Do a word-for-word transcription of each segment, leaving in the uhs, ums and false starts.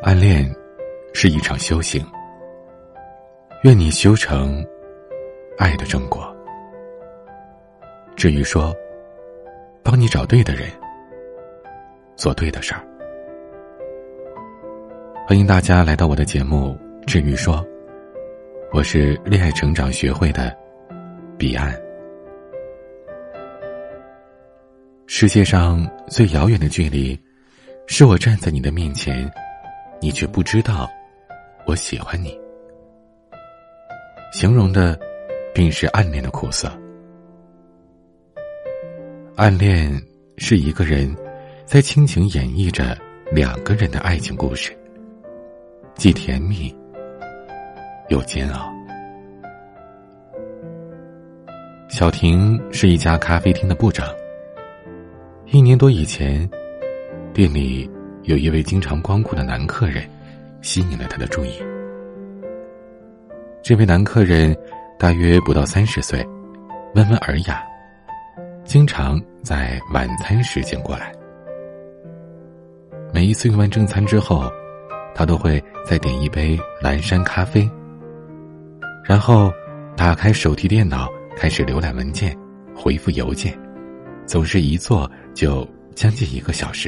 暗恋是一场修行，愿你修成爱的正果。至于说帮你找对的人，做对的事儿。欢迎大家来到我的节目至于说，我是恋爱成长学会的彼岸。世界上最遥远的距离，是我站在你的面前，你却不知道我喜欢你。形容的便是暗恋的苦涩。暗恋是一个人在倾情演绎着两个人的爱情故事，既甜蜜又煎熬。小婷是一家咖啡厅的部长。一年多以前，店里有一位经常光顾的男客人吸引了他的注意。这位男客人大约不到三十岁，温文尔雅，经常在晚餐时间过来。每一次用完正餐之后，他都会再点一杯蓝山咖啡，然后打开手提电脑开始浏览文件，回复邮件，总是一坐就将近一个小时。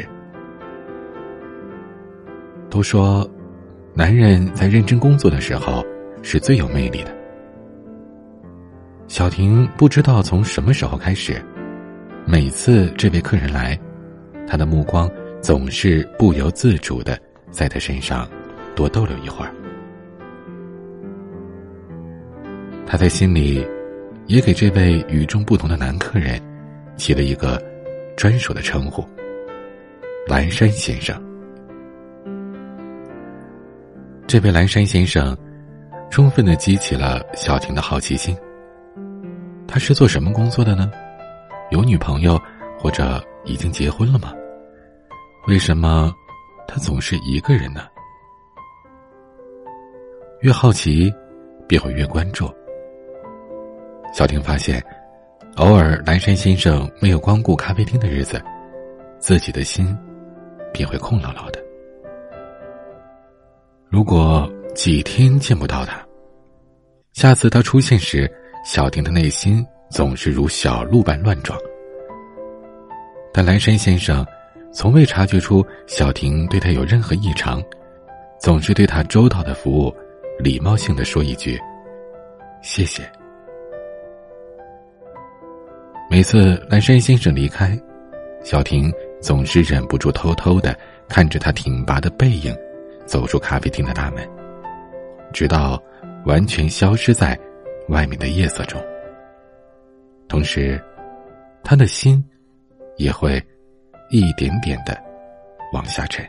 都说男人在认真工作的时候是最有魅力的。小婷不知道从什么时候开始，每次这位客人来，她的目光总是不由自主地在他身上多逗留一会儿。她在心里也给这位与众不同的男客人起了一个专属的称呼，蓝山先生。这位蓝山先生充分地激起了小婷的好奇心。他是做什么工作的呢？有女朋友或者已经结婚了吗？为什么他总是一个人呢？越好奇便会越关注。小婷发现，偶尔蓝山先生没有光顾咖啡厅的日子，自己的心便会空落落的。如果几天见不到他，下次他出现时，小婷的内心总是如小鹿般乱撞。但蓝山先生从未察觉出小婷对他有任何异常，总是对他周到的服务礼貌性地说一句谢谢。每次蓝山先生离开，小婷总是忍不住偷偷地看着他挺拔的背影走出咖啡厅的大门，直到完全消失在外面的夜色中。同时他的心也会一点点地往下沉。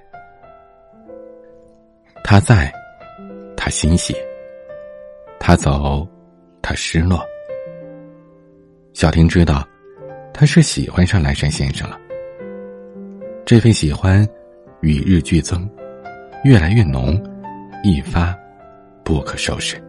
他在，他欣喜；他走，他失落。小婷知道他是喜欢上蓝山先生了，这份喜欢与日俱增，越来越浓，一发不可收拾。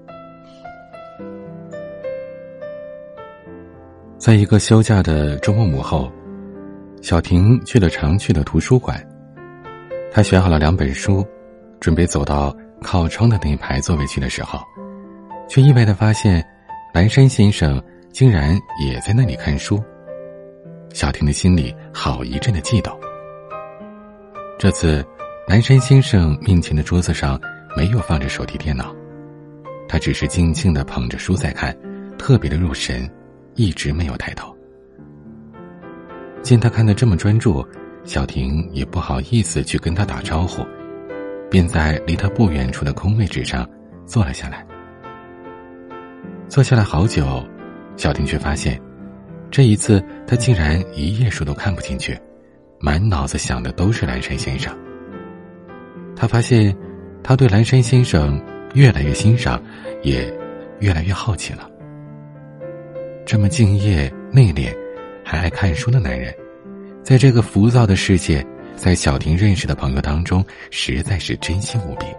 在一个休假的周末午后，小婷去了常去的图书馆。她选好了两本书，准备走到靠窗的那一排座位去的时候，却意外地发现蓝山先生竟然也在那里看书。小婷的心里好一阵的悸动。这次蓝山先生面前的桌子上没有放着手提电脑，他只是静静地捧着书在看，特别的入神，一直没有抬头。见他看得这么专注，小婷也不好意思去跟他打招呼，便在离他不远处的空位置上坐了下来。坐下来好久，小婷却发现这一次他竟然一页书都看不进去，满脑子想的都是蓝山先生。他发现他对蓝山先生越来越欣赏，也越来越好奇了。这么敬业内敛还爱看书的男人，在这个浮躁的世界，在小婷认识的朋友当中实在是真心无比。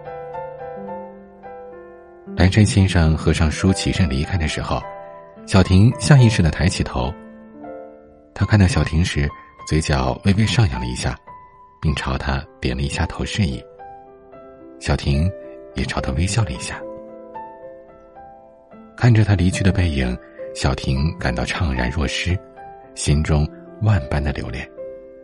蓝山先生合上书起身离开的时候，小婷下意识地抬起头。他看到小婷时，嘴角微微上扬了一下，并朝他点了一下头示意。 小婷也朝他微笑了一下。看着他离去的背影，小婷感到怅然若失，心中万般的留恋。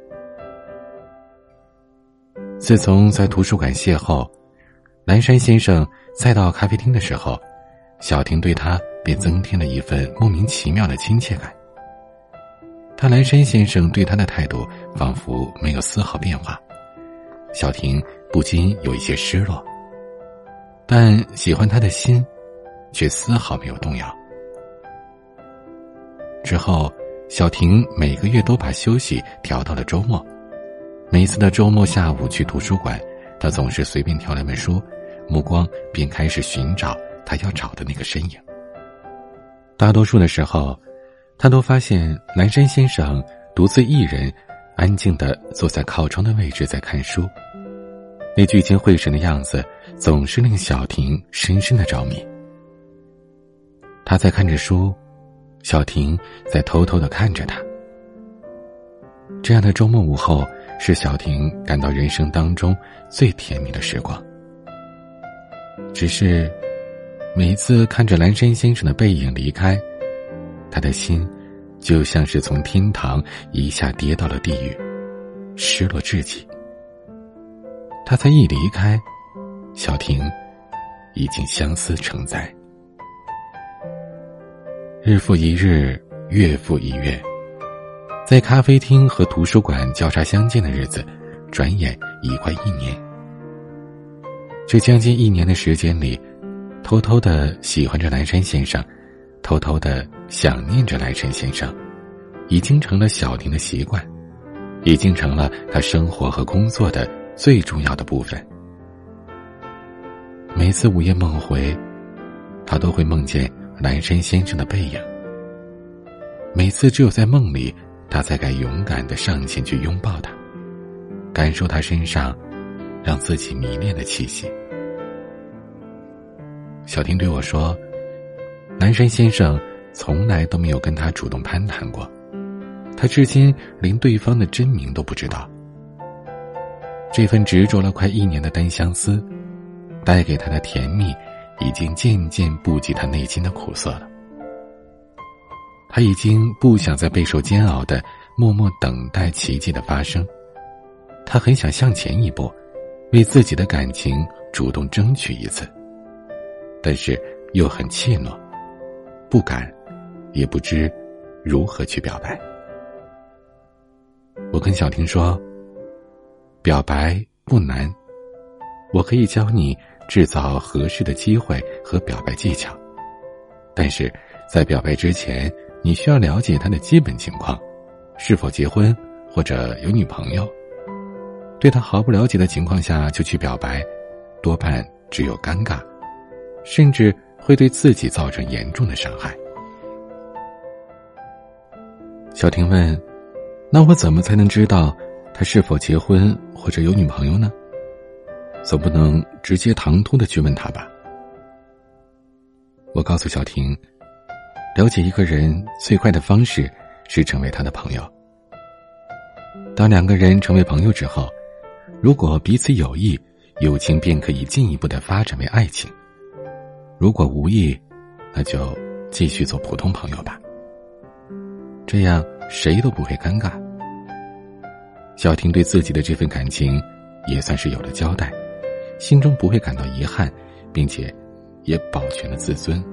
自从在图书馆邂逅，南山先生再到咖啡厅的时候，小婷对他便增添了一份莫名其妙的亲切感。他南山先生对他的态度仿佛没有丝毫变化，小婷不禁有一些失落，但喜欢他的心却丝毫没有动摇。之后，小婷每个月都把休息调到了周末，每次的周末下午去图书馆，他总是随便挑两本书，目光便开始寻找他要找的那个身影。大多数的时候，他都发现南山先生独自一人安静地坐在靠窗的位置在看书，那聚精会神的样子总是令小婷深深地着迷。他在看着书，小婷在偷偷地看着他。这样的周末午后是小婷感到人生当中最甜蜜的时光。只是每一次看着蓝山先生的背影离开，他的心就像是从天堂一下跌到了地狱，失落至极。他才一离开，小婷已经相思成灾。日复一日，月复一月，在咖啡厅和图书馆交叉相见的日子，转眼已快一年。这将近一年的时间里，偷偷地喜欢着南山先生，偷偷地想念着南山先生，已经成了小婷的习惯，已经成了他生活和工作的最重要的部分。每次午夜梦回，他都会梦见南山先生的背影。每次只有在梦里，他才敢勇敢地上前去拥抱他，感受他身上让自己迷恋的气息。小婷对我说，南山先生从来都没有跟他主动攀谈过，他至今连对方的真名都不知道。这份执着了快一年的单相思，带给他的甜蜜已经渐渐不及他内心的苦涩了。他已经不想再备受煎熬的默默等待奇迹的发生，他很想向前一步，为自己的感情主动争取一次，但是又很怯懦，不敢，也不知如何去表白。我跟小婷说，表白不难，我可以教你制造合适的机会和表白技巧，但是在表白之前，你需要了解他的基本情况，是否结婚或者有女朋友。对他毫不了解的情况下就去表白，多半只有尴尬，甚至会对自己造成严重的伤害。小婷问，那我怎么才能知道他是否结婚或者有女朋友呢？总不能直接唐突的去问他吧。我告诉小婷，了解一个人最快的方式是成为他的朋友。当两个人成为朋友之后，如果彼此有意，友情便可以进一步的发展为爱情；如果无意，那就继续做普通朋友吧，这样谁都不会尴尬。小婷对自己的这份感情也算是有了交代，心中不会感到遗憾，并且也保全了自尊。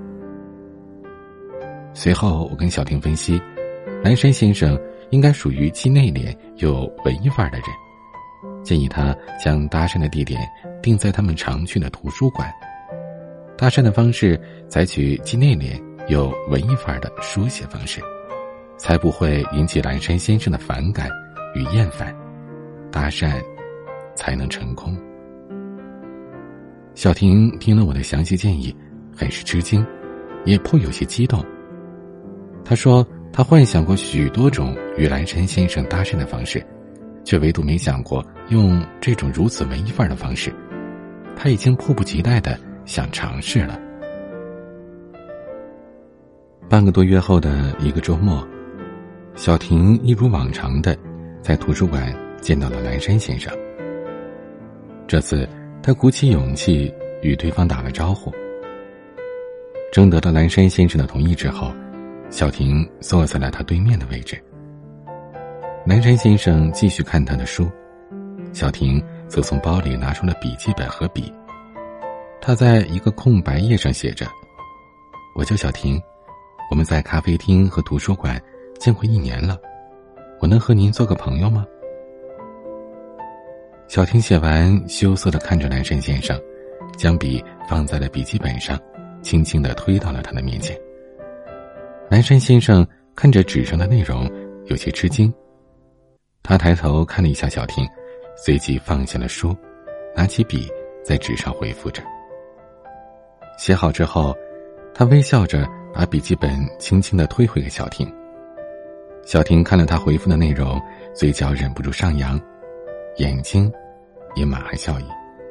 随后我跟小婷分析，南山先生应该属于既内敛又文艺范儿的人，建议他将搭讪的地点定在他们常去的图书馆，搭讪的方式采取既内敛又文艺范儿的书写方式，才不会引起南山先生的反感与厌烦，搭讪才能成功。小婷听了我的详细建议，很是吃惊，也颇有些激动。她说她幻想过许多种与南山先生搭讪的方式，却唯独没想过用这种如此文艺范儿的方式，她已经迫不及待地想尝试了。半个多月后的一个周末，小婷一如往常的在图书馆见到了南山先生。这次他鼓起勇气与对方打了招呼。征得了蓝山先生的同意之后，小婷坐在了他对面的位置。蓝山先生继续看他的书，小婷则从包里拿出了笔记本和笔。他在一个空白页上写着：我叫小婷，我们在咖啡厅和图书馆见过一年了，我能和您做个朋友吗？小婷写完，羞涩地看着蓝山先生，将笔放在了笔记本上，轻轻地推到了他的面前。蓝山先生看着纸上的内容，有些吃惊。他抬头看了一下小婷，随即放下了书，拿起笔在纸上回复着。写好之后，他微笑着把笔记本轻轻地推回给小婷。小婷看了他回复的内容，嘴角忍不住上扬，眼睛也满含笑意。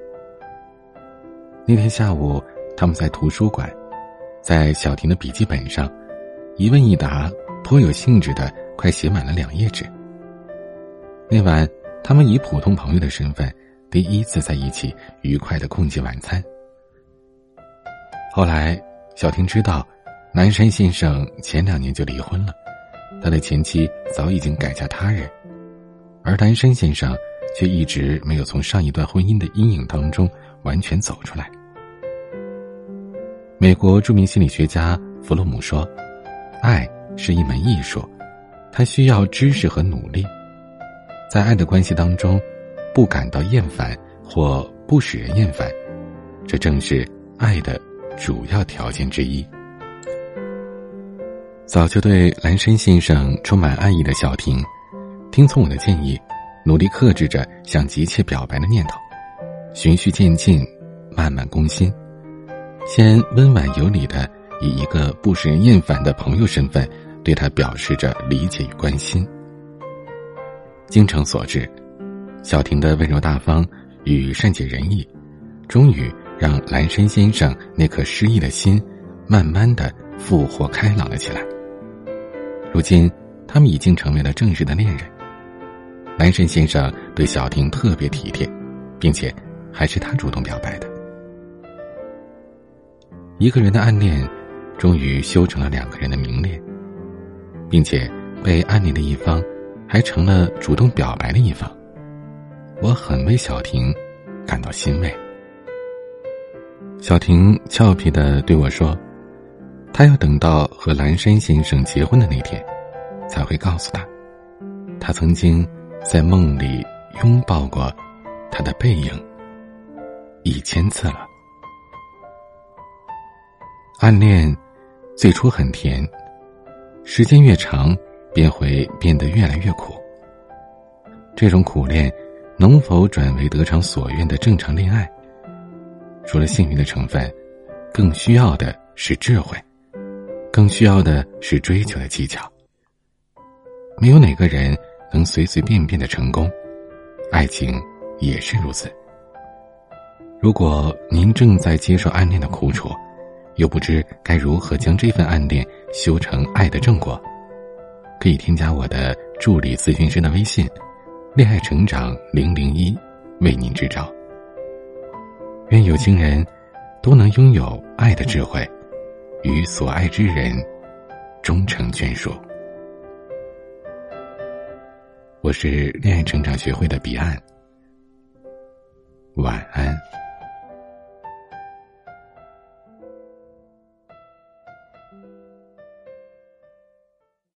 那天下午，他们在图书馆，在小婷的笔记本上一问一答，颇有兴致的快写满了两页纸。那晚，他们以普通朋友的身份第一次在一起愉快地共进晚餐。后来小婷知道南山先生前两年就离婚了，他的前妻早已经改嫁他人，而南山先生却一直没有从上一段婚姻的阴影当中完全走出来。美国著名心理学家弗洛姆说，爱是一门艺术，它需要知识和努力。在爱的关系当中，不感到厌烦或不使人厌烦，这正是爱的主要条件之一。早就对蓝山先生充满爱意的小婷，听从我的建议，努力克制着想急切表白的念头，循序渐进，慢慢攻心。先温婉有礼地以一个不使人厌烦的朋友身份对他表示着理解与关心。精诚所至，小婷的温柔大方与善解人意，终于让蓝山先生那颗失意的心慢慢地复活开朗了起来。如今他们已经成为了正式的恋人。蓝山先生对小婷特别体贴，并且还是他主动表白的。一个人的暗恋终于修成了两个人的明恋，并且被暗恋的一方还成了主动表白的一方。我很为小婷感到欣慰。小婷俏皮地对我说，她要等到和蓝山先生结婚的那天才会告诉他，她曾经在梦里拥抱过他的背影一千次了。暗恋最初很甜，时间越长便会变得越来越苦。这种苦恋能否转为得偿所愿的正常恋爱，除了幸运的成分，更需要的是智慧，更需要的是追求的技巧。没有哪个人能随随便便的成功，爱情也是如此。如果您正在接受暗恋的苦楚，又不知该如何将这份暗恋修成爱的正果，可以添加我的助理咨询师的微信恋爱成长零零一，为您支招。愿有情人都能拥有爱的智慧，与所爱之人终成眷属。我是恋爱成长学会的彼岸，晚安。